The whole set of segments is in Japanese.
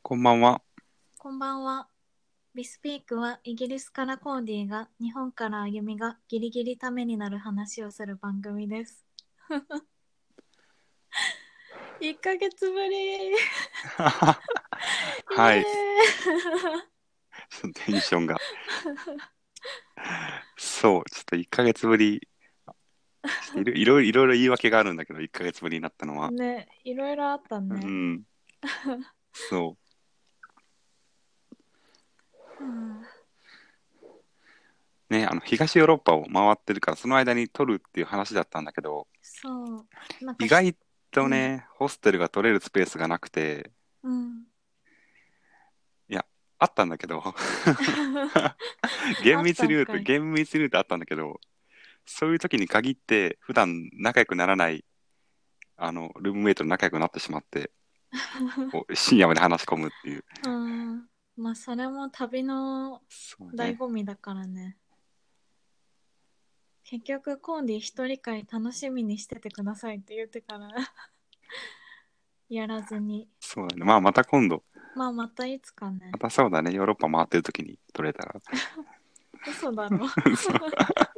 こんばんは。 こんばんは。ビスピークはイギリスからコーディが日本から歩みがギリギリためになる話をする番組です。1ヶ月ぶりイエはい。 ーイテンションが。そう、ちょっと1ヶ月ぶり。ちょっといろいろ言い訳があるんだけど、1ヶ月ぶりになったのは。 ね、いろいろあったね。 うん、そうん、 う。ね、東ヨーロッパを回ってるから、その間に撮るっていう話だったんだけど、 そう。なんか意外とうん、 ね、ホステルが取れるスペースがなくて、 うん。 いや、あったんだけど、厳あっ密に言うと、 たんかい。 厳密に言うとあったんだけど、そういう時に限って、普段仲良くならない、ルームメイトと仲良くなってしまって、こう深夜まで話し込むっていう。 うん。まあ、それも旅のそうね。 醍醐味だからね。結局、コーディ一人会楽しみにしててくださいって言ってからやらずに。 そうだね。まあ、また今度、 まあ、またいつかね。 またそうだね。ヨーロッパ回ってる時に撮れたら。 嘘だろ。 そう。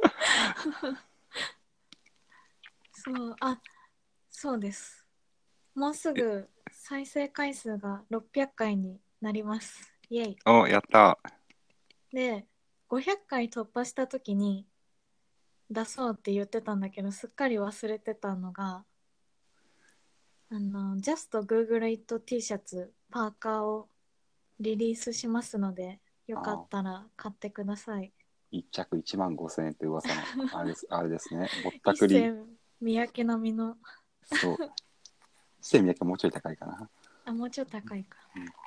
そう、そうです。もうすえぐ再生回数が600回になります。イェイ。 お、やった。 で、500回突破した時に出そうって言ってたんだけど、すっかり忘れてたのが、Just Google It T シャツ、パーカーをリリースしますので、よかっあたら買ってください。 一着1万5千円って噂の、あれですね。ぼった一くり。 世三宅並みの、 そう。1200円もうちょい高いかな。 もうちょっと高いか。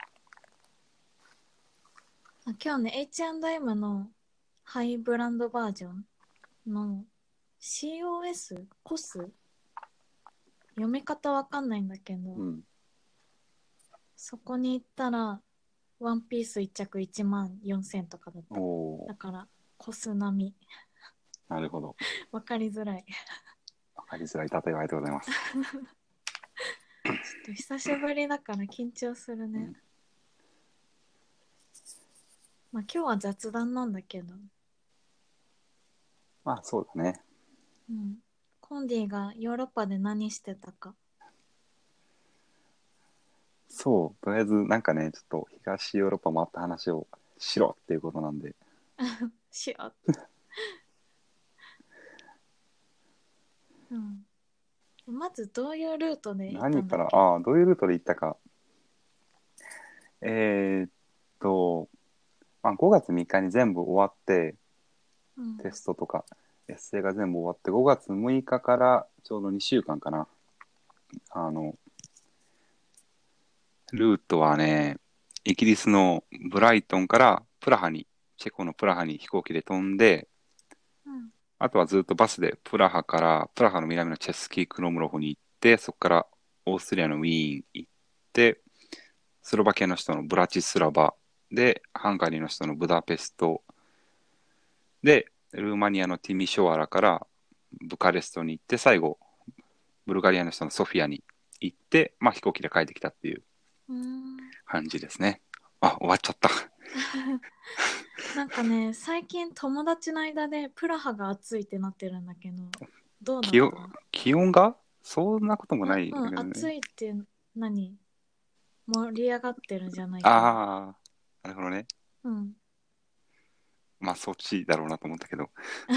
今日ね、H&M のハイブランドバージョンの COS? コス読み方わかんないんだけど、 うん。 そこに行ったら、ワンピース一着1万4000とかだっおた。 お、 だから、コス並み。 なるほど。 わかりづらい。 わかりづらい例えありがとうございます。 ちょっと久しぶりだから緊張するね。 うん、 まあ今日は雑談なんだけど、 まあ、そうだね。 うん。コンディがヨーロッパで何してたか。 そう。とりあえず、なんかね、ちょっと東ヨーロッパ回った話をしろっていうことなんで。 しよう。うん。まずどういうルートで行った何から、 んだっけ？ どういうルートで行ったか。えーっと、まあ、5月3日に全部終わって、 うん。 テストとかエッセイが全部終わって5月6日からちょうど2週間かな。あのルートはね、イギリスのブライトンからプラハに、チェコのプラハに飛行機で飛んで、 うん。 あとはずっとバスでプラハの南のチェスキークロムロフに行って、そこからオーストリアのウィーン行って、スロバキアの首都のブラチスラバで、ハンガリーの首都のブダペストで、ルーマニアのティミショワラからブカレストに行って、最後、ブルガリアの首都のソフィアに行って、まあ、飛行機で帰ってきたっていううーん。 感じですね。あ、終わっちゃった。 なんかね、最近友達の間でプラハが暑いってなってるんだけど、どうだっ気温、 た？ 気温がそんなこともないうん、 けどね。 暑いって何？盛り上がってるんじゃないけど。 ああ、なるほどね。 うん。 まあ、そっちだろうなと思ったけど。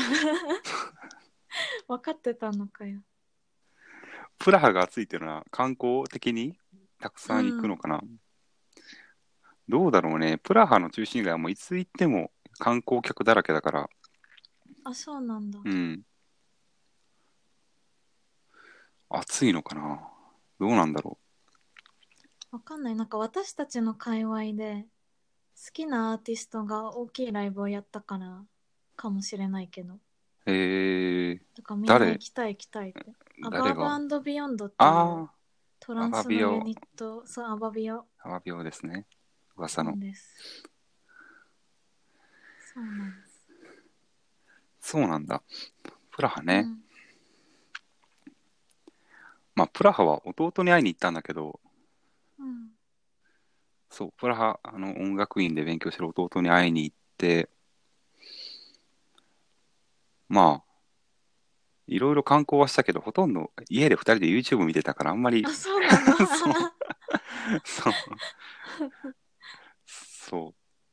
分かってたのかよ。 プラハが暑いっていうのは観光的にたくうさん行くのん。 かな。どうだろうね。プラハの中心街はもういつ行っても観光客だらけだから。 あ、そうなんだ。 うん。暑いのかな。どうなんだろわかんない。なんか私たちの界隈で好きなアーティストが大きいライブをやったからかもしれないけど。 う。 だからみんな誰行きたい行きたいって。アバー誰がブビヨンドっていうあトあー、アランスのユバビオ、 ニット、そう、アバビオ。 アバビオですね。噂の。 そうです。そうなんです。 そうなんだ。プラハね。 うん。 まあ、プラハは弟に会いに行ったんだけど、 うん。 そう、プラハ、音楽院で勉強してる弟に会いに行って、まあ、いろいろ観光はしたけど、ほとんど家で二人で YouTube 見てたから、あんまり、 あ、そうなの。 そう、そう、そう、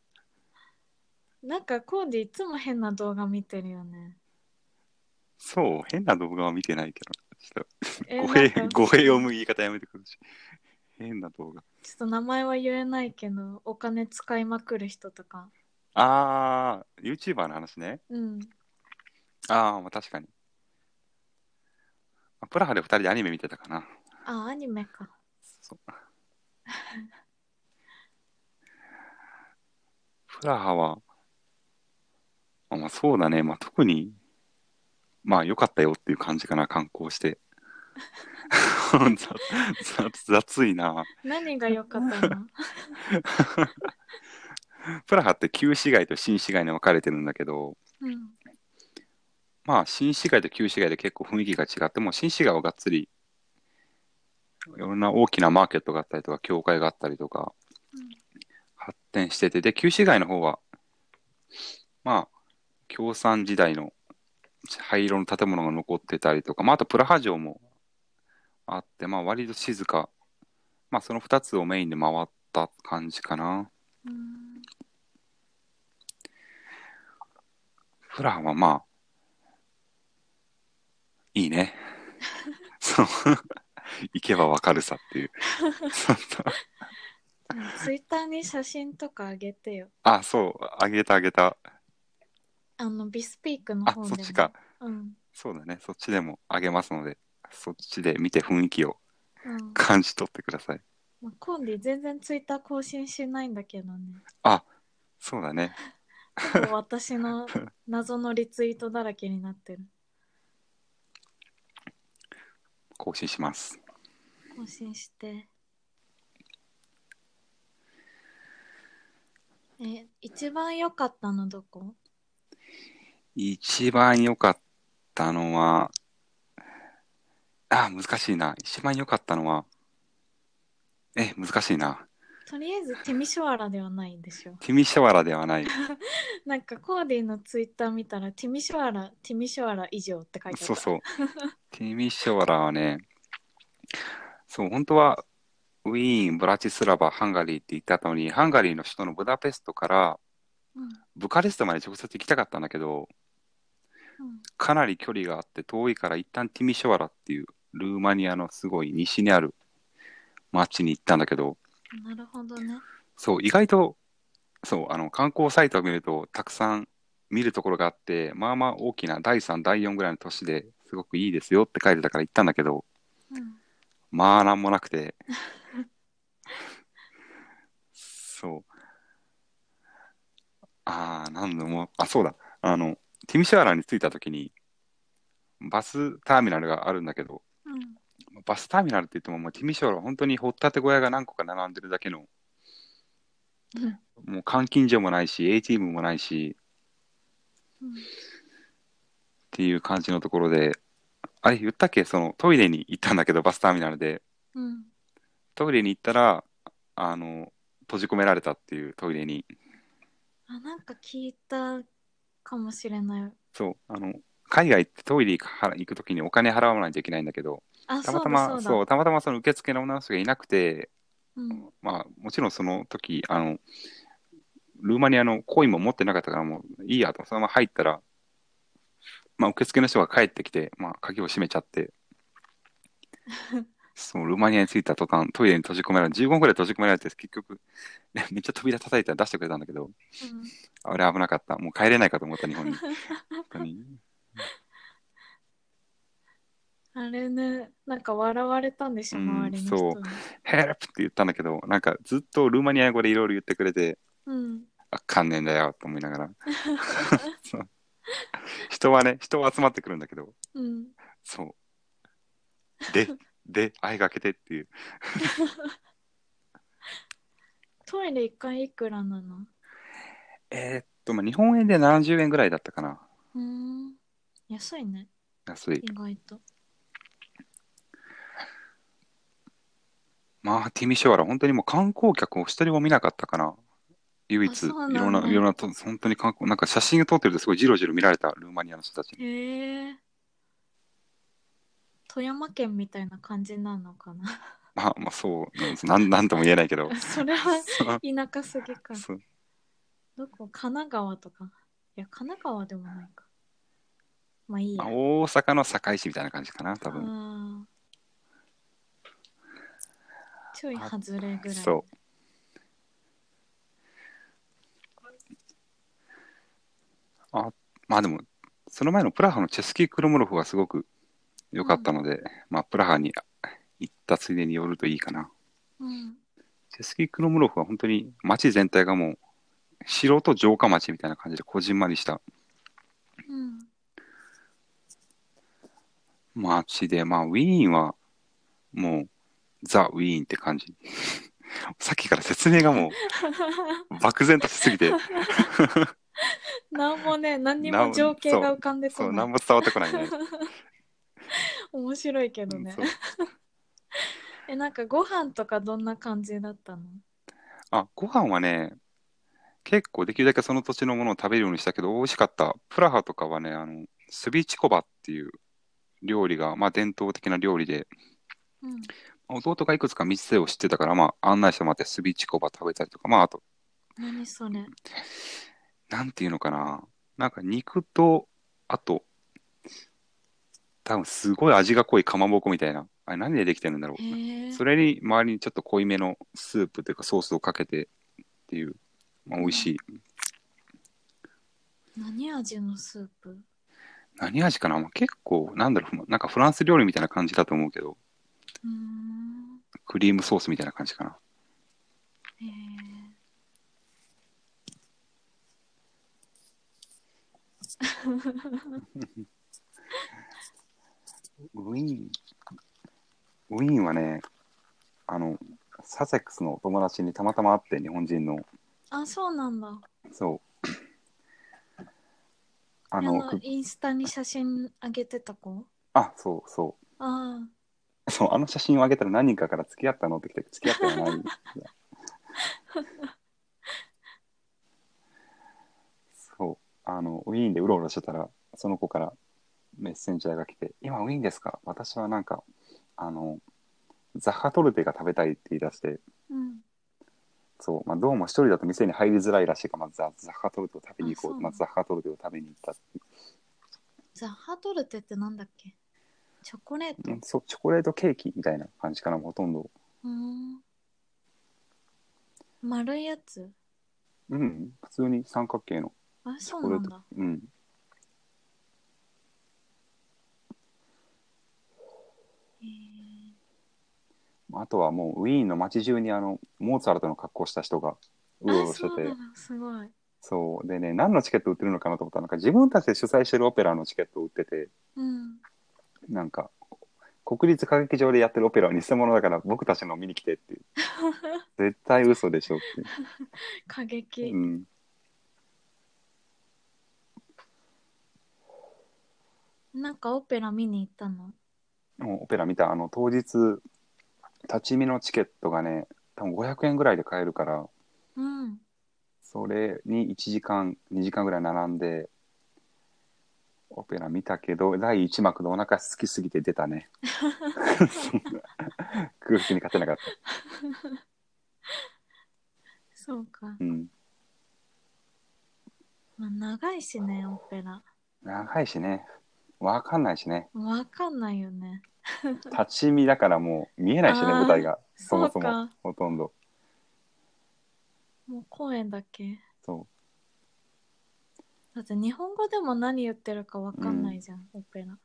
なんかコーディいつも変な動画見てるよね。 そう、変な動画は見てないけど、ちょっとなんか、 語弊を生む言い方やめてください。変な動画。 ちょっと名前は言えないけど、お金使いまくる人とか。 YouTuber の話ね。 うん。 まあ確かに。プラハで二人でアニメ見てたかな。 あ、アニメか。 そう。プラハは、まあそうだね。まあ特に、まあ良かったよっていう感じかな、観光して。雑いな。 何が良かったの？ プラハって旧市街と新市街に分かれてるんだけど、 うん。 まあ新市街と旧市街で結構雰囲気が違って、もう新市街はがっつり、いろんな大きなマーケットがあったりとか、教会があったりとか、 うん。 発展してて、で、旧市街の方は、まあ、共産時代の灰色の建物が残ってたりとか、まあ、あとプラハ城もあって、まあ、割と静か。まあ、その2つをメインで回った感じかな。 うん。 プラハはまあ、いいね。そう。行けばわかるさっていう。 ツイッターに写真とかあげてよ。 そう。あげたあげた。 ビスピークの方でも。 そっちか。 うん。 そうだね。そっちでもあげますので、そっちで見て雰囲気をうん。 感じ取ってください。 まあ、コンディ全然ツイッター更新しないんだけどね。 あ、そうだね。 ほぼ私の謎のリツイートだらけになってる。 更新します。 更新して。一番良かったのどこ？ 一番良かったのは、難しいな。一番良かったのは、難しいな。 とりあえずテミショワラではないんでしょ。 ティミシャワラではない。 なんかコーディのツイッター見たらティミショワラ、ティミショワラ以上って書いてあった。 そうそう。ティミシャワラはね、そう、本当はウィーン、ブラチスラバ、ハンガリーって言ったのに、ハンガリーの首都のブダペストからうん。 ブカレストまで直接行きたかったんだけど、 うん。 かなり距離があって遠いから一旦ティミシャワラっていうルーマニアのすごい西にある町に行ったんだけど、 なるほどね。 そう、意外と、そう、観光サイトを見るとたくさん見るところがあって、まあまあ大きな第3、第4ぐらいの都市ですごくいいですよって書いてたから行ったんだけど、 うん。 まあなんもなくて、そう、なんでも、そうだ、ティミシャワラに着いた時にバスターミナルがあるんだけど、 うん。 バスターミナルって言っても、もうティミシャワラは本当に掘ったて小屋が何個か並んでるだけの、 うん。 もう監禁所もないし、ATM もないし、 うん。 っていう感じのところで、あれ言ったっけそのトイレに行ったんだけど、バスターミナルで。 うん。 トイレに行ったら、閉じ込められたっていうトイレに。 なんか聞いたかもしれない。 そう、海外ってトイレ行くときにお金払わないといけないんだけど、 あ、そうだそうだ。 たまたまその受付の女の人がいなくて、 うん。 まあ、もちろんその時、ルーマニアのコインも持ってなかったからもういいやと、そのまま入ったら、まあ、受付の人が帰ってきて、まあ、鍵を閉めちゃって、そう、ルーマニアに着いた途端、トイレに閉じ込められ、15分くらい閉じ込められて、結局、めっちゃ扉叩いて出してくれたんだけど、 うん。 あれ危なかった。もう帰れないかと思った、日本に。本当に。 あれね、なんか笑われたんでしょ、周りのそう、 人に。 ヘルプって言ったんだけど、なんかずっとルーマニア語でいろいろ言ってくれて、 うん。 あかんねえんだよと思いながら。そう人はね、人は集まってくるんだけど、 うん。 そう。愛がけてっていう。 トイレ一回いくらなの？ まあ、日本円で70円ぐらいだったかな。 うーん。安いね。 安い。 意外と。 まあ、ティミショアラ、本当にもう観光客を一人も見なかったかな。唯あ、 一、 そういろんな、いろんなんだ。 なと、本当に観光、なんか写真を撮ってるとすごいジロジロ見られた、ルーマニアの人たちに。 へえ。富山県みたいな感じなのかな。 まあ、そう、なんとも言えないけど。 それはそう、 田舎すぎか。 そう。 どこ神奈川とか。いや、神奈川でもないか。まあいいまあ、 や。 大阪の堺市みたいな感じかな、多あ分。 あ、ちょいあ、 外れぐらい。 そう。あ、まあでも、その前のプラハのチェスキー・クロムロフがすごく良うん。 かったので、まあ、プラハに行ったついでに寄るといいかな。 うん。 チェスキー・クロムロフは本当に街全体がもう城と城下町みたいな感じでこじんまりしたうん。 街で、まあ、ウィーンはもうザ・ウィーンって感じ。さっきから説明がもう漠然としすぎてなんもね、何にも情景が浮かんでこそう、 ない。 何も伝わってこないね。 面白いけどね。 うん、そう。 なんかご飯とかどんな感じだったの？ あ、ご飯はね、結構できるだけその土地のものを食べるようにしたけど、美味しかった。プラハとかはね、スビチコバっていう料理が、まあ伝統的な料理で、 うん。 弟がいくつか店を知ってたから、まあ案内してもらってスビチコバ食べたりとか、まああと、 何それ？ なんていうのかな。なんか肉と、あと、多分すごい味が濃いかまぼこみたいな。あれ何でできてるんだろへう。 え。 それに周りにちょっと濃いめのスープというかソースをかけてっていう、まあ、 うん。 美味しい。 何味のスープ？ 何味かな、まあ、結構、なんだろう、なんかフランス料理みたいな感じだと思うけど、 うーん。 クリームソースみたいな感じかな。 へえ。 ウィーン、ウィーンはね、あの、サセックスのお友達にたまたま会って、日本人の、 あ、そうなんだ。 そう、あの、 インスタに写真あげてた子？ そうそあう、そう、あの写真をあげたら何人かから付き合ったのって来て、付き合ってはない。そう、ウィーンでうろうろしてたら、その子からメッセンジャーが来て、今ウィーンですか？私はなんか、あの、ザッハトルテが食べたいって言い出して、 あ、うん。 そう、まあ、どうも一人だと店に入りづらいらしいから、まずザッハトルテを食べにあ、 行こう。 そうなの。 まずザッハトルテを食べに行ったって。 ザッハトルテってなんだっけ？チョコレート？ うん、そう、チョコレートケーキみたいな感じかな、ほとんど。 うーん。丸いやつ？ うん、普通に三角形のあ、 チョコレート。 そうなんだ。 うん。 へえ。 あとはもうウィーンの街中にモーツァルトの格好した人がうろうあ、 ろしてて、 そうなの。すごい。 そう。でね、何のチケット売ってるのかなと思ったら、なんか自分たちで主催してるオペラのチケットを売ってて、 うん。 なんか、国立歌劇場でやってるオペラは偽物だから僕たちのを見に来てっていう。絶対嘘でしょっていう。 過激。 うん。 なんかオペラ見に行ったの？ もうオペラ見た、当日、立ち見のチケットがね、多分500円ぐらいで買えるから、 うん。 それに1時間、2時間ぐらい並んで、オペラ見たけど、第1幕でお腹空きすぎて出たね。空腹に勝てなかった。 そうか。 うん。 まあ、長いしね、オペラ。 長いしね、わかんないしね。 わかんないよね。 立ち見だからもう見えないしね、舞台ああ、 が。そもそも、 そうか。 ほとんど。 もう公演だけ。 そだって日本語でも何言ってるかわう。うかんなん。 いじゃん、オペラ。こ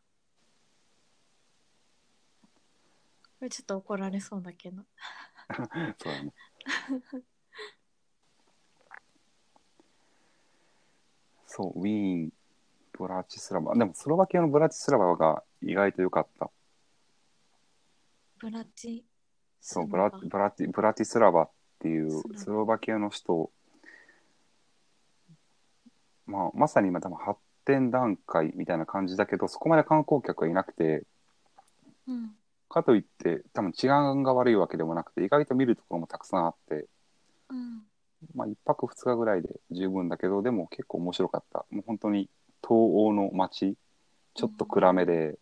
れちょっと怒られそうだけど。 そうだね。そう、ウィーン、ブラチスラバ。でも、スロバキアのブラチスラバが意外と良かった。 ブラチそう、 スラバ。 ブラティスラバっていうスラバ。 スロバキアの首都、まあ、まさに今多分発展段階みたいな感じだけど、そこまで観光客はいなくて、 うん。 かといって多分治安が悪いわけでもなくて、意外と見るところもたくさんあって、 うん。 まあ1泊2日ぐらいで十分だけど、でも結構面白かった。もう本当に東欧の街、ちょっと暗めで、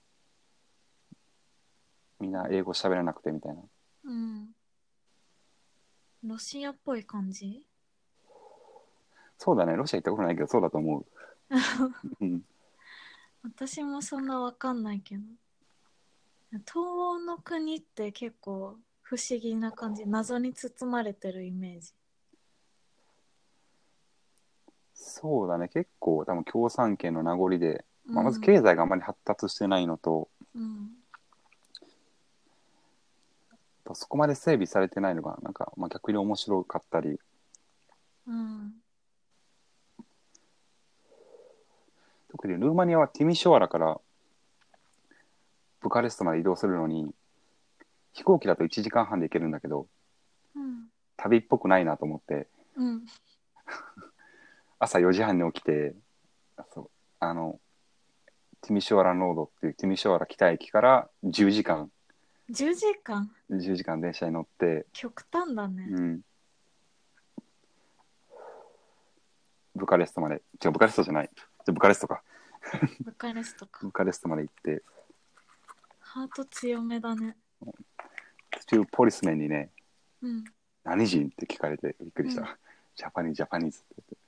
みんな英語喋れなくてみたいな。 うん。ロシアっぽい感じ？ そうだね、ロシア行ったことないけどそうだと思う。うん、 私もそんなわかんないけど。東欧の国って結構不思議な感じ。謎に包まれてるイメージ。 そうだね、結構多分共産圏の名残で、まあ、まずうん。 経済があまり発達してないのと、 うん。 そこまで整備されてないのが、なんか、まあ、逆に面白かったり、 うん。 特にルーマニアはティミショアラからブカレストまで移動するのに、飛行機だと1時間半で行けるんだけど、 うん。 旅っぽくないなと思って、 うん。 朝4時半に起きて、そう、ティミショアラノードっていうティミショアラ北駅から10時間、 10時間？ 10時間電車に乗って、 極端だね。 うん、ブカレストまで、違う、ブカレストじゃない、ブカレストか。 ブカレストか。 ブカレストまで行って、 ハート強めだね。 途中ポリスメンにね、 うん。 何人って聞かれてびっくりうん。 した。ジャパニーズ、ジャパニーズって言って。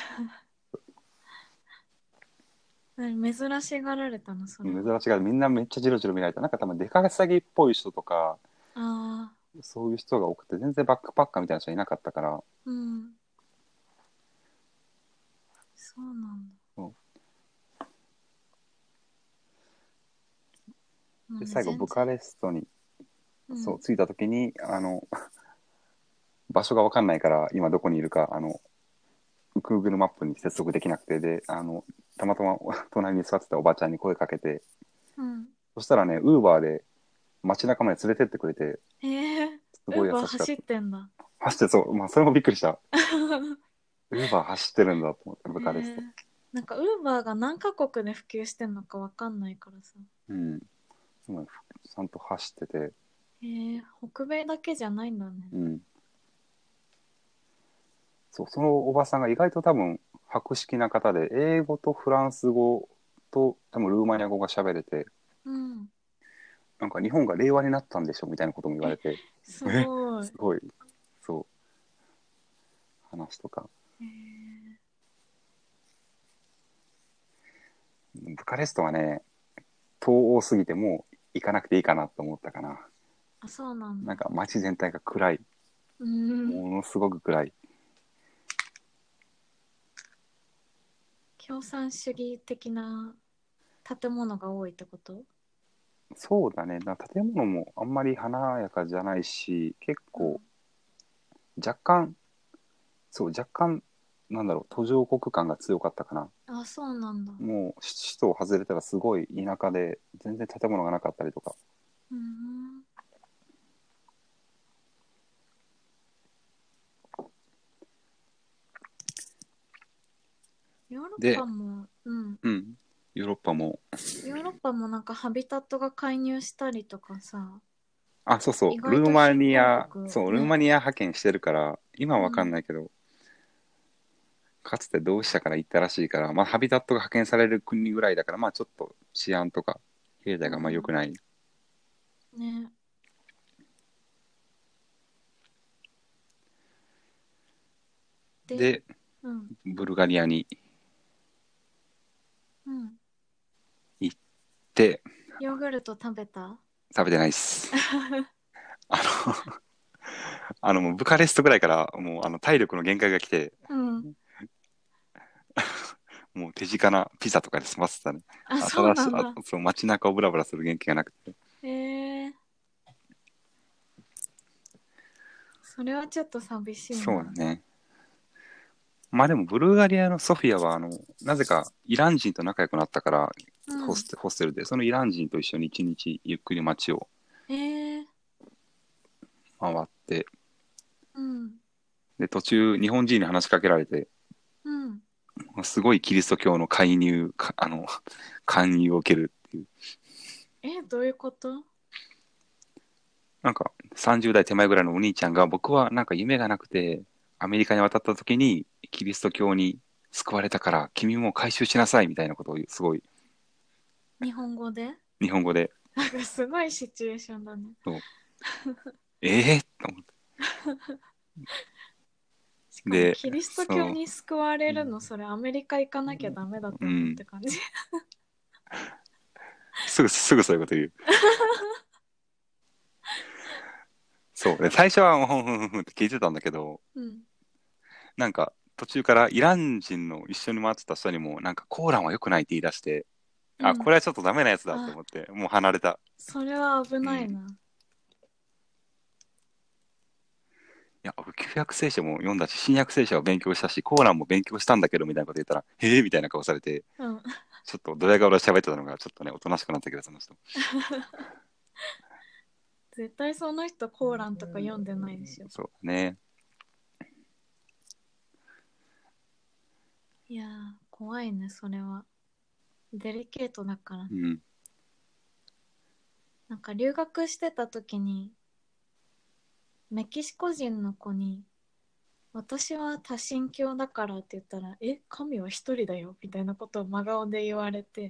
珍しがられたの、それは。 珍しがりみんなめっちゃジロジロ見られた。なんか多分出稼ぎっぽい人とか、 ああ。 そういう人が多くて、全然バックパッカーみたいな人いなかったから、 うん。そうなんだ。 そうもうね、 で最後ブカ全然。 レストにうん。 そう着いた時に場所が分かんないから今どこにいるかGoogle マップに接続できなくてでたまたま隣に座ってたおばちゃんに声かけて、 うん。 そしたらねウーバーで街中まで連れてってくれて、すごい優ウーバー走っしかった。 てんだ。 走ってそう、まあそれもびっくりした。ウーバー走ってるんだと思ってブカレスト。 なんかウーバーが何カ国で普及してんのかわかんないからさ。 うん、ちゃんと走ってて、 北米だけじゃないんだね。 うん、そう、そのおばさんが意外と多分博識な方で、英語とフランス語と多分ルーマニア語が喋れて、 うん。 なんか日本が令和になったんでしょみたいなことも言われて、 すえ、 ごい。 すごい、そう、話とか。 えー、 ブカレストはね、遠すぎてもう行かなくていいかなと思ったかな。 あ、そうなんだ。 なんか街全体が暗い。 うん。 ものすごく暗い。 共産主義的な建物が多いってこと？ そうだね。建物もあんまり華やかじゃないし、結うん。 構若干、そう、若干、なんだろう、途上国感が強かったかな。 あ、そうなんだ。 もう首都を外れたらすごい田舎で全然建物がなかったりとか。 うん。ヨーロッで、 パも、うん。 うん、ヨーロッパも、 ヨーロッパもなんかハビタットが介入したりとかさ、 あ、そうそ意う、ルーマ外と貧ニア、 困国そう、ルーね。 マニア派遣してるから、今はわかんうん。 ないけど、かつて同志社から行ったらしいから、まあ、ハビタットが派遣される国ぐらいだから、まあ、ちょっと治安とか経済がまあ良くうん。 ない。 ね。で、 で、 うん。 ブルガリアにうん。 行って、 ヨーグルト食べた？ 食べてないっす。あの、もうブカレストぐらいから、もう体力の限界が来て、 うん。 もう手近なピザとかで済ませてたね。 あ、そうなんだ。 そう、街中をブラブラする元気がなくて。 えー、それはちょっと寂しいな。 そうだね。まあでも、ブルガリアのソフィアは、なぜかイラン人と仲良くなったから、 うん。 ホステルで、そのイラン人と一緒に一日ゆっくり街をえー、 回って、 うん。 で、途中、日本人に話しかけられて、 うん。 すごいキリスト教の介入、勧誘を受けるっていう。 どういうこと？ なんか30代手前ぐらいのお兄ちゃんが、僕はなんか夢がなくて、アメリカに渡った時にキリスト教に救われたから、君も改宗しなさいみたいなことをすごい日本語で日本語で、 なんかすごいシチュエーションだね。 そうと思って。 しかもで、 キリスト教そう、 に救われるの、それアメリカ行かなきゃダメだったのっうん、 て感じ。 すぐそういうこと言う。そうで、最初はふんふんふんふんって聞いてたんだけど、 うん。 なんか途中からイラン人の一緒に回ってた人にも、なんかコーランは良くないって言い出して、あ、こうん。 れはちょっとダメなやつだとあ、 思って、もう離れた。 それは危うん。 ないな。 いや、僕旧約聖書も読んだし、新約聖書を勉強したし、コーランも勉強したんだけど、みたいなこと言ったら、へえみたいな顔されて、 うん。 ちょっとドヤ顔で喋ってたのが、ちょっとね、おとなしくなったけど、その人。 絶対その人コーランとか読んでないでしょ。 そうね。 いやー、怖いね、それは。デリケートだから。 うん。 なんか留学してた時に、メキシコ人の子に、私は多神教だからって言ったら、神は一人だよみたいなことを真顔で言われて、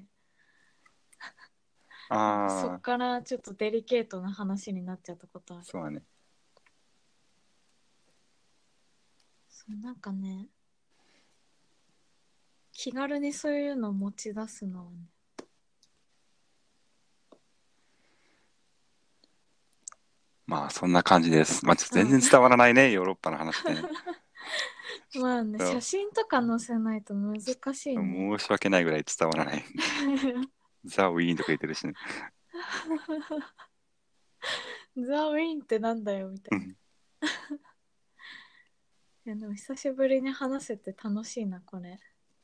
なんかそっああ、 からちょっとデリケートな話になっちゃったことある。 そうだね。 そうなんかね、気軽にそういうのを持ち出すのはね。 まあ、そんな感じです。まあ、ちょっとうん。 全然伝わらないね、ヨーロッパの話ってね。 まあね、写そう真とか載せないと難しいね。 申し訳ないぐらい伝わらない。ザ・ウィーンとか言ってるしね。 ザ・ウィーンってなんだよみたいな。 うん、 いやでも久しぶりに話せて楽しいな、これ。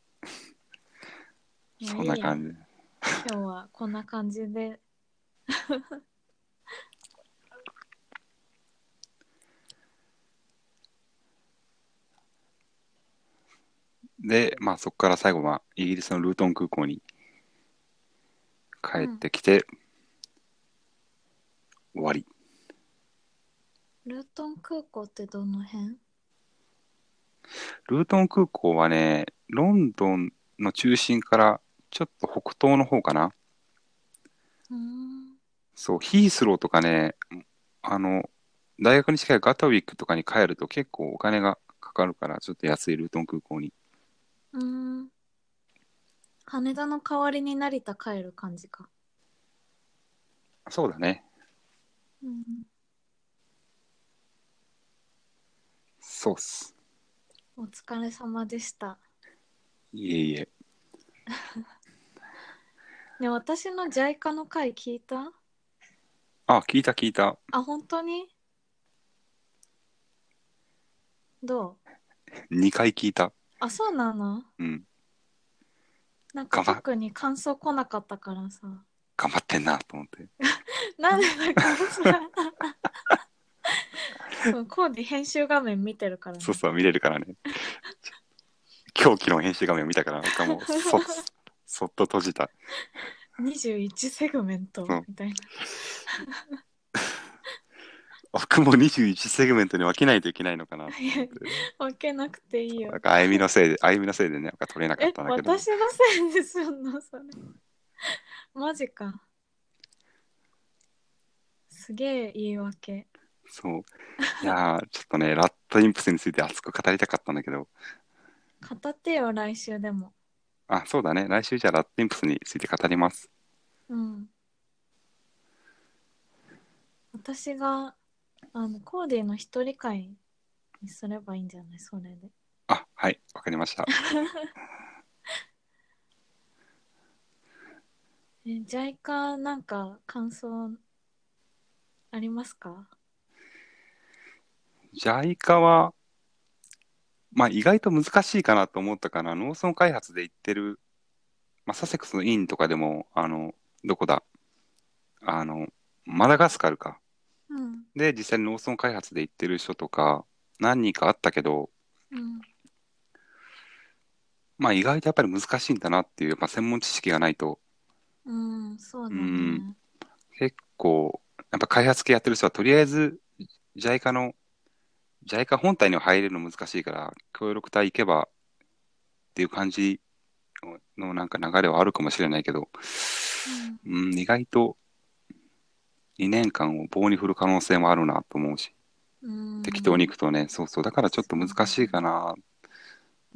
もうそんいいや。 な感じ。 今日はこんな感じで。 で、まあ、そこから最後はイギリスのルートン空港に帰っうん。 てきて終わり。 ルートン空港ってどの辺？ ルートン空港はね、ロンドンの中心からちょっと北東の方かな。 うーん。 そう、ヒースローとかね、あの、大学に近いガタウィックとかに帰ると結構お金がかかるから、ちょっと安いルートン空港に。 うーん。羽田の代わりに成田帰る感じか。 そうだね。 うん。 そうっす。 お疲れ様でした。 いえいえ。 ね、私の JICA の回聞いた？ あ、聞いた聞いた。 あ、本当に？どう？ 2回聞いた。 あ、そうなの？ うん。 なんか頑張、 特に感想来なかったからさ。 頑張ってんなと思って。 なんでだからさ。そう、コーディ編集画面見てるからね。 そうそう、見れるからね。狂気の編集画面を見たから、僕はもうそっと閉じた。 21セグメンそう。 トみたいな。 僕も21セグメントに分けないといけないのかなといや、 思って。 分けなくていいよ。 なんか、あゆみのせいでね、なんか取れなかったんだけど。 私のせいですんの、それ。マジか。すげえ言い訳。 そう。いやー、ちょっとね、ラッドインプスについて熱く語りたかったんだけど。 語ってよ、来週でも。 あ、そうだね。来週じゃあラッドインプスについて語ります。 うん。私が、コーディの一人会にすればいいんじゃない？それで。 あ、はい、わかりました。 ジャイカなんか感想ありますか？ ジャイカは、まあ意外と難しいかなと思ったかな。農村開発で行ってる、まあサセックスのインとかでも、どこだあの、マダガスカルか。 うん。 で、実際に農村開発で行ってる人とか、何人かあったけど、 うん。 まあ意外とやっぱり難しいんだなっていう、やっぱ専門知識がないと、 うん、そううだん、 ね。 結構、 やっぱ開発系やってる人はとりあえず JICA の、JICA 本体には入れるの難しいから、協力隊行けばっていう感じのなんか流れはあるかもしれないけど、 うん。 うん、意外と2年間を棒に振る可能性もあるなと思うし、 うん。 適当に行くとね、そうそう、だからちょっとそう難しいかだね。 な。 うん。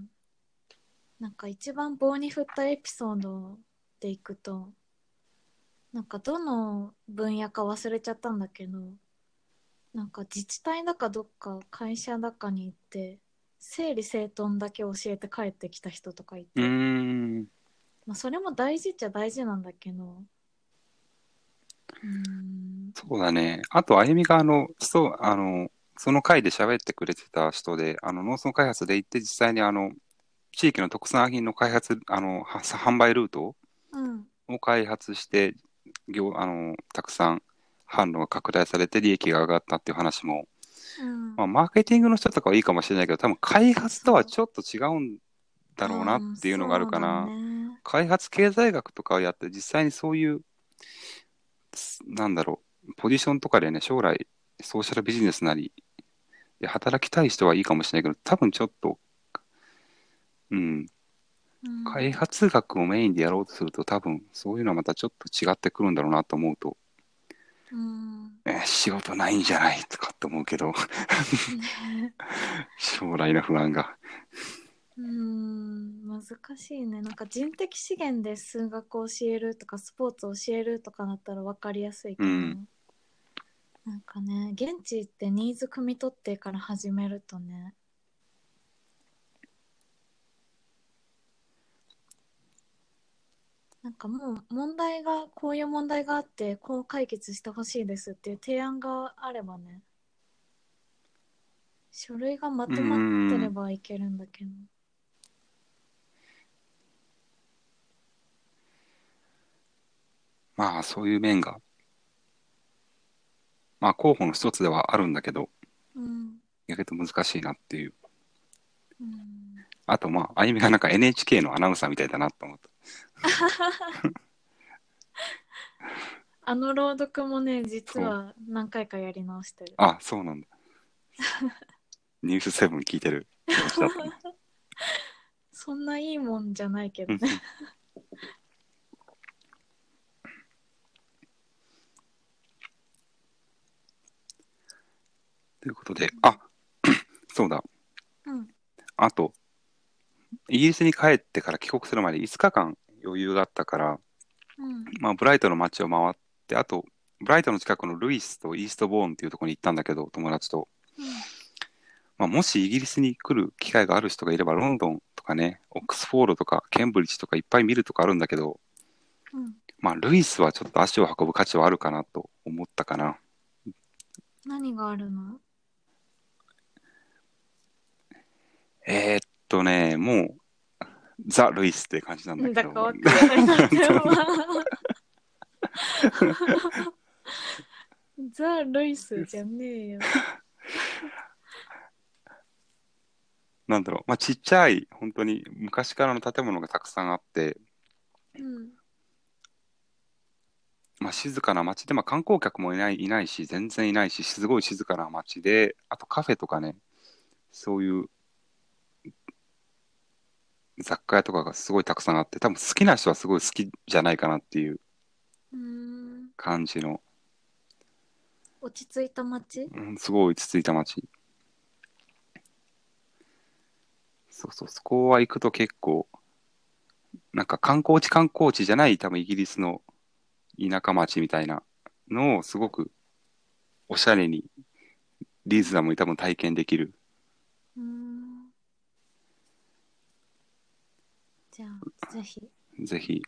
なんか一番棒に振ったエピソードでいくと、なんかどの分野か忘れちゃったんだけど、なんか自治体だかどっか会社だかに行って、整理整頓だけ教えて帰ってきた人とかいうーて、 ん、 まあそれも大事っちゃ大事なんだけど、うーん、 そうだね。あと、あゆみがその回で喋ってくれてた人で、農村開発で行って実際に地域の特産品の開発、販売ルートうん、 を開発して、たくさん販路が拡大されて利益が上がったっていう話も、 うん、 まあ、マーケティングの人とかはいいかもしれないけど、多分開発とはそう。 ちょっと違うんだろうなっああ、 ていうのがあるそうだかな。 ね。 開発経済学とかをやって実際にそういう、なんだろポジションとかでね、将来ソーシャルビジネスなりで働きたい人はいいかもしれないけど、多分ちょっと、うん、 うん、 開発学をメインでやろうとすると多分そういうのはまたちょっと違ってくるんだろうなと思うと、 うん。 仕事ないんじゃないとかって思うけど、 ね。 将来の不安が。 うーん、難しいね。なんか人的資源で数学を教えるとかスポーツを教えるとかだったら分かりやすいけど、 うん。 なんかね、現地行ってニーズ汲み取ってから始めるとね、なんかもう問題が、こういう問題があって、こう解決してほしいですっていう提案があればね、書類がまうとまってれん。 ばいけるんだけど。 まあそういう面が、まあ候補の一つではあるんだけど、 うん。 意外と難しいなっていう。 うん。 あとまあ、あゆみがなんか NHK のアナウンサーみたいだなと思った。 あの朗読もね、実そう。 は何回かやり直してる。 あ、そうなんだ。ニュースセブン聞いてる気持ちだったね。 そんないいもんじゃないけどね。 うんうん。ということで、あ、そうだ。 うん。 あと、イギリスに帰ってから帰国するまで5日間余裕があったから、 うん。 まあ、ブライトンの街を回って、あと、ブライトンの近くのルイスとイーストボーンっていうところに行ったんだけど、友達と。 うん。 まあ、もしイギリスに来る機会がある人がいれば、ロンドンとかね、オックスフォードとか、ケンブリッジとかいっぱい見るとかあるんだけど、 うん。 まあ、ルイスはちょっと足を運ぶ価値はあるかなと思ったかな。 何があるの？ もう、ザ・ルイスって感じなんだけど。 だかわかんないなって思う。ザ・ルイスじゃねえよ。 なんだろう、まあ、ちっちゃい、本当に昔からの建物がたくさんあって、 うん。 まあ、静かな街で、まあ、観光客もいないし、全然いないし、すごい静かな街で、あとカフェとかね、そういう雑貨屋とかがすごいたくさんあって、多分好きな人はすごい好きじゃないかなっていううーん。 感じの、 落ち着いた街？ うん、すごい落ち着いた街。そうそう、そこは行くと結構、なんか観光地じゃない多分イギリスの田舎町みたいなのをすごくおしゃれにリーズナブルに多分体験できる。 うーん。じゃあ、ぜひ。 ぜひ、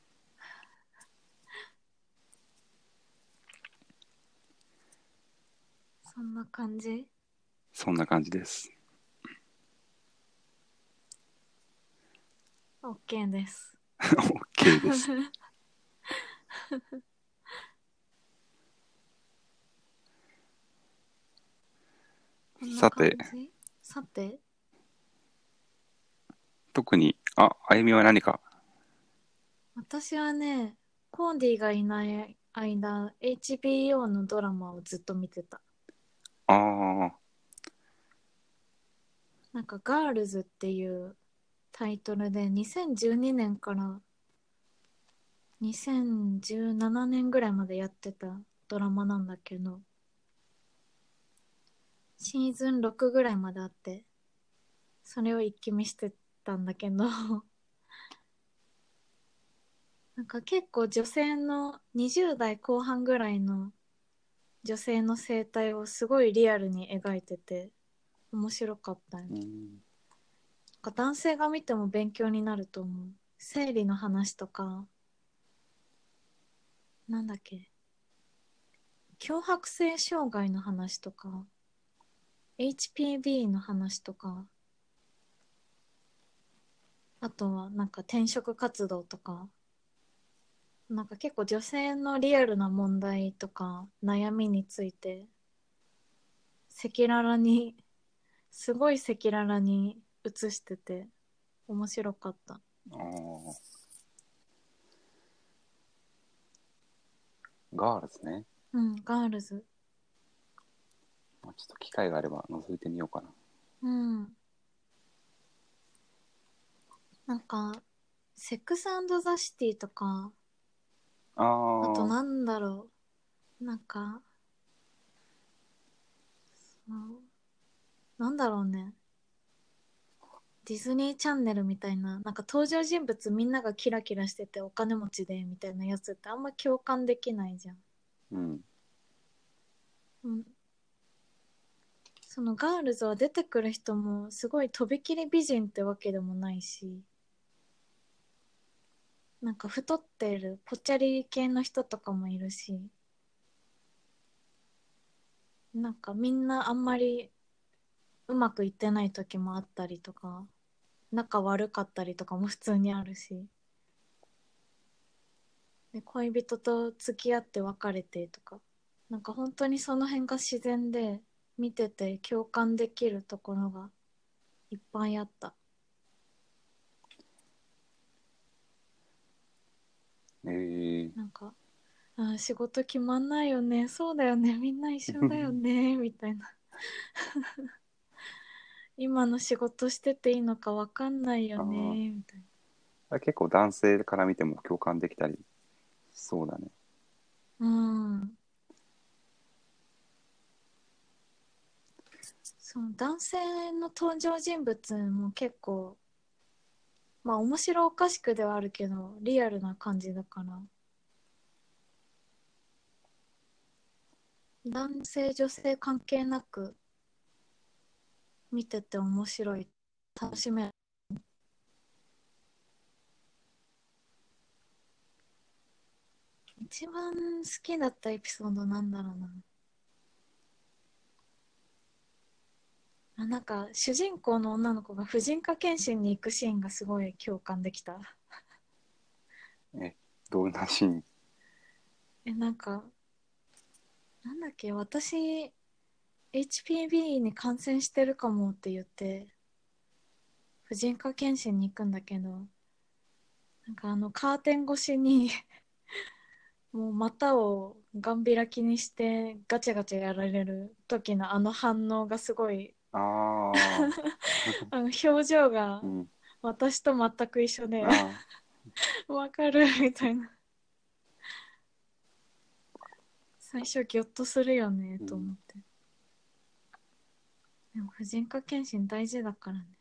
そんな感じ？ そんな感じです。 OK です。 OK です。 こんなさて、 感じ。さて、 特に、あゆみは何か？ 私はね、コーディがいない間 HBO のドラマをずっと見てた。 ああ、 なんかガールズっていうタイトルで2012年から2017年ぐらいまでやってたドラマなんだけど、シーズン6ぐらいまであって、それを一気見してたんだけどなんか結構女性の20代後半ぐらいの女性の生態をすごいリアルに描いてて面白かったよ。 うん、 なんか男性が見ても勉強になると思う。生理の話とか、なんだっけ、強迫性障害の話とか、HPV の話とか、あとはなんか転職活動とか、なんか結構女性のリアルな問題とか悩みについて赤裸々に、すごい赤裸々に映してて面白かった。 ああ、ガールズね。 うん、ガールズ。 まあちょっと機会があれば覗いてみようかな。 うん。なんか、セックスザシティとか、 ああ、 あとなんだろう。なんか、そうなんだろうね。ディズニーチャンネルみたいな、なんか登場人物みんながキラキラしててお金持ちでみたいなやつってあんま共感できないじゃん。 うん。 うん、そのガールズは出てくる人もすごいとびきり美人ってわけでもないし、なんか太ってるぽっちゃり系の人とかもいるし、なんかみんなあんまりうまくいってない時もあったりとか、仲悪かったりとかも普通にあるし、で恋人と付き合って別れてとか、なんか本当にその辺が自然で見てて共感できるところがいっぱいあった。 ええ、 なんか、仕事決まんないよね、そうだよね、みんな一緒だよねみたいな、今の仕事してていいのかわかんないよああ、 ねみたいあれ結構男性から見ても共感できたりしそうだね。 な。うん、その男性の登場人物も結構、まあ面白おかしくではあるけどリアルな感じだから、男性女性関係なく見てて面白い、楽しめる。一番好きだったエピソードなんだろうな。なんか主人公の女の子が婦人科検診に行くシーンがすごい共感できた。 え、どんなシーン？ なんか、なんだっけ、私 HPV に感染してるかもって言って婦人科検診に行くんだけど、なんかカーテン越しにもう股をガン開きにしてガチャガチャやられる時の反応がすごい、 ああ、 表情がうん、 私と全く一緒であわかるみたいな。最初ギョッとするよねうん、 と思って。でも婦人科検診大事だからね。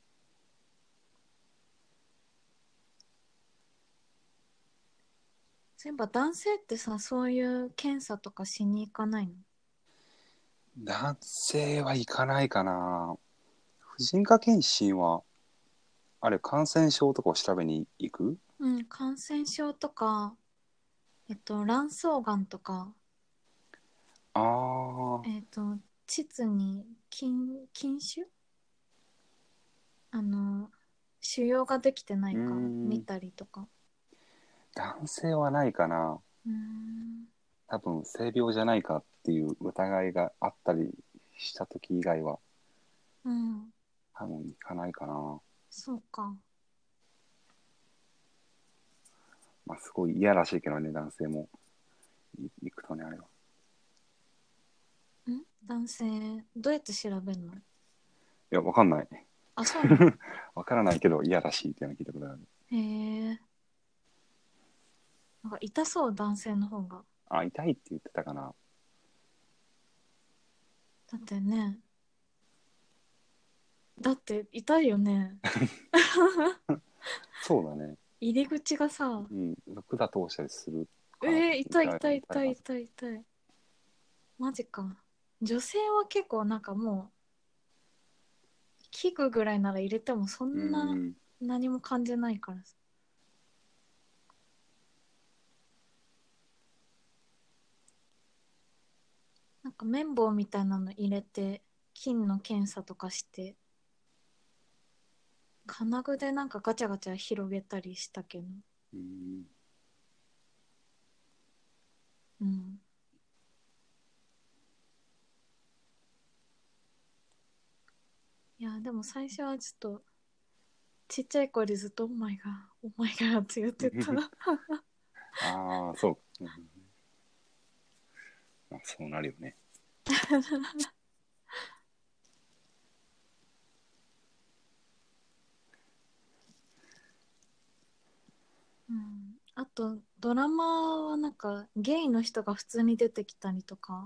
そういえば男性ってさ、そういう検査とかしに行かないの？ 男性は行かないかな。婦人科検診は、あれ、感染症とかを調べに行く？ うん、感染症とか、卵巣がんとか、 ああ、 膣に筋腫、あの、腫瘍ができてなうーいか見ん、 たりとか。 男性はないかな。 うーん、 多分、性病じゃないかっていう疑いがあったりした時以外は、 うん、 多分行かないかな。 そうか。 まあ、すごい嫌らしいけどね、男性も。 行くとね、あれは。 男性、どうやって調べるの？ いや、わかんない。 あ、そうなの？ わからないけど嫌らしいっていうのを聞いたことある。 へえ。なんか痛そう、男性の方が。 あ、痛いって言ってたかな。 だってね、だって痛いよね。 そうだね。 入り口がさ、 うん。管通したりするから。 痛い痛い、 痛い痛い痛いはず。 痛い痛い。マジか。女性は結構なんかもう、器具ぐらいなら入れてもそんなうん。 何も感じないからさ。なんか綿棒みたいなの入れて、菌の検査とかして、金具でなんかガチャガチャ広げたりしたけど。 うん。 うん。いや、でも最初はちょっと、ちっちゃい子でずっと、オーマイガー、オーマイガーって言ってた。 ああ、そう。まあ、そうなるよね。 うん、あと、ドラマはなんか、ゲイの人が普通に出てきたりとか、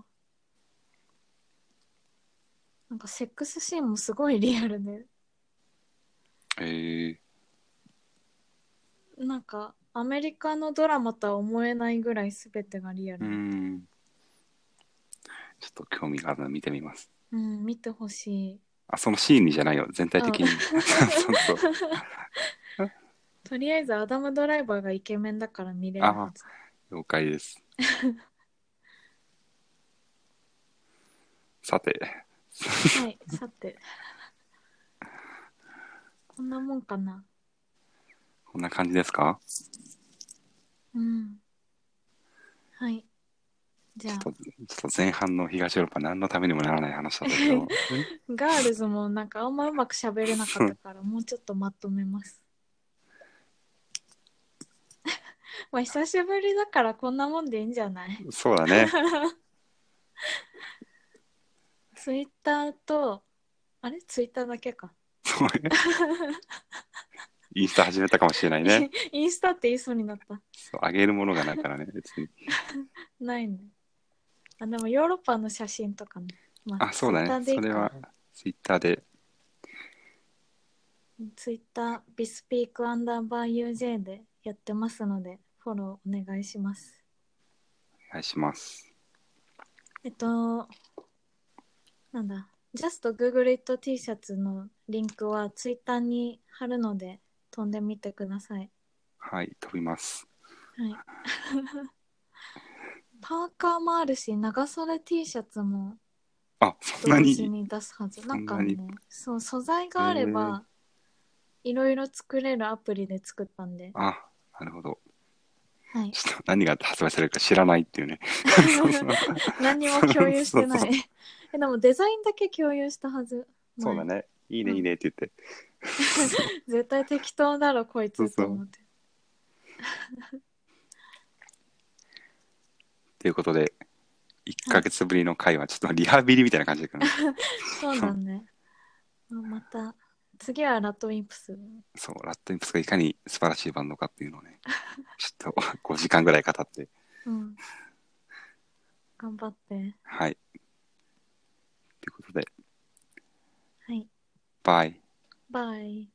なんかセックスシーンもすごいリアルで、 ええ、 なんか、アメリカのドラマとは思えないぐらい全てがリアうルだった。 ん。ちょっと興味があるので見てみます。 うん、見てほしい。 あ、そのシーンにじゃないよ。全体うん。 的に。そうそう。 とりあえずアダム・ドライバーがイケメンだから見れるはあ、 ず。 了解です。さて、 はい、さて、こんなもんかな。 こんな感じですか？ うん。はい。じゃあ、 ちょっと前半の東ヨーロッパ何のためにもならない話だったけど、 ガールズもなんかあんまうまく喋れなかったから、もうちょっとまとめます。まあ、久しぶりだからこんなもんでいいんじゃない？ そうだね。 ツイッターと、あれツイッターだけか。 そうね。インスタ始めたかもしれないね。 インスタって言いそうになった。 そう、上げるものがないからね、別に。 ないね。あ、でもヨーロッパの写真とかね。まあ、 あ、そうだね。 ツイッターでいいか。 それは、ツイッターで、 ツイッター、ビスピークアンダーバー UJ でやってますので、フォローお願いします。 お願いします。 えっと、なんだ、Just Google It T シャツのリンクはツイッターに貼るので飛んでみてください。 はい、飛びます。 はい。パーカーもあるし、長袖 T シャツもあ、そんなに、 同時に出すはず。なんそんなに、 かね、そう、素材があれー、 ば、いろいろ作れるアプリで作ったんで。 あ、なるほど。 はい。 ちょっと何が発売されるか知らないっていうね。そうそう。 何にも共有してない。 そうそう。 でもデザインだけ共有したはず。前。 そうだね。いいね、 うん。 いいねって言って。 絶対適当だろ、こいそうそう。 つと思って。 ということで、1 はい。 ヶ月ぶりの回はちょっとリハビリみたいな感じだけどね。 そうだね。また、次はラッドウィンプス。 そう、ラッドインプスがいかに素晴らしいバンドかっていうのをね、ちょっと5時間ぐらい語って、 うん。頑張って。 はい。ということで、 はい。 バイ。 バイ。